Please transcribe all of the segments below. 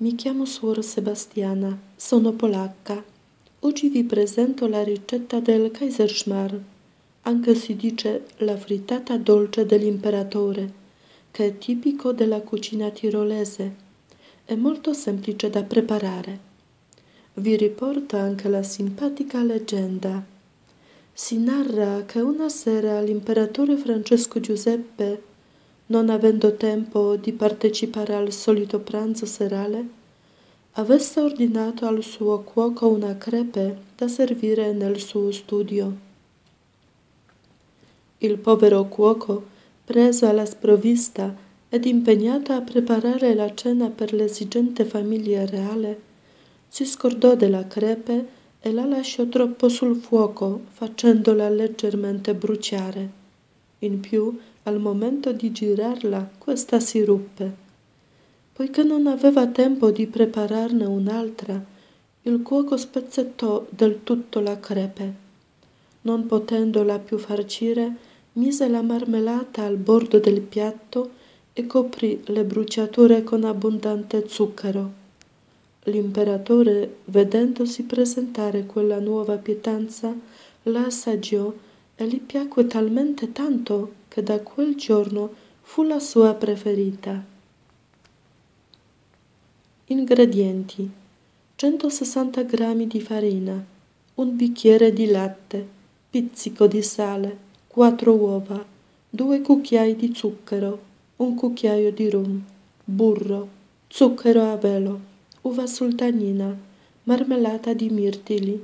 Mi chiamo Suor Sebastiana, sono polacca. Oggi vi presento la ricetta del Kaiserschmarrn, anche si dice la frittata dolce dell'imperatore, che è tipico della cucina tirolese. È molto semplice da preparare. Vi riporto anche la simpatica leggenda. Si narra che una sera l'imperatore Francesco Giuseppe, non avendo tempo di partecipare al solito pranzo serale, avesse ordinato al suo cuoco una crepe da servire nel suo studio. Il povero cuoco, preso alla sprovvista ed impegnato a preparare la cena per l'esigente famiglia reale, si scordò della crepe e la lasciò troppo sul fuoco, facendola leggermente bruciare. In più, al momento di girarla, questa si ruppe. Poiché non aveva tempo di prepararne un'altra, il cuoco spezzettò del tutto la crepe. Non potendola più farcire, mise la marmellata al bordo del piatto e coprì le bruciature con abbondante zucchero. L'imperatore, vedendosi presentare quella nuova pietanza, la assaggiò e gli piacque talmente tanto che da quel giorno fu la sua preferita. Ingredienti: 160 g di farina, un bicchiere di latte, pizzico di sale, 4 uova, 2 cucchiai di zucchero, un cucchiaio di rum, burro, zucchero a velo, uva sultanina, marmellata di mirtili.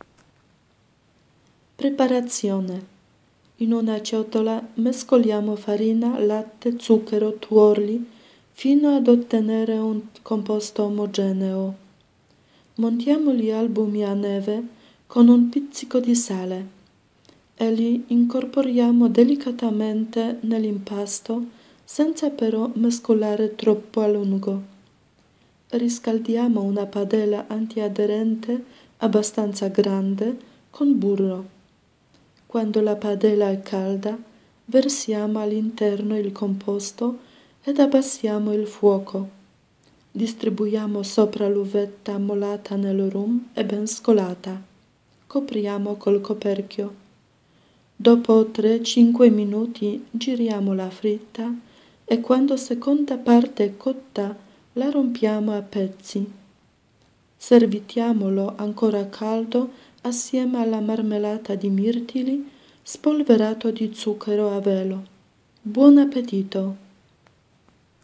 Preparazione: in una ciotola mescoliamo farina, latte, zucchero, tuorli fino ad ottenere un composto omogeneo. Montiamo gli albumi a neve con un pizzico di sale e li incorporiamo delicatamente nell'impasto senza però mescolare troppo a lungo. Riscaldiamo una padella antiaderente abbastanza grande con burro. Quando la padella è calda, versiamo all'interno il composto ed abbassiamo il fuoco. Distribuiamo sopra l'uvetta mollata nel rum e ben scolata. Copriamo col coperchio. Dopo 3-5 minuti giriamo la fritta e quando seconda parte è cotta la rompiamo a pezzi. Servitiamolo ancora caldo assieme alla marmellata di mirtili spolverato di zucchero a velo. Buon appetito!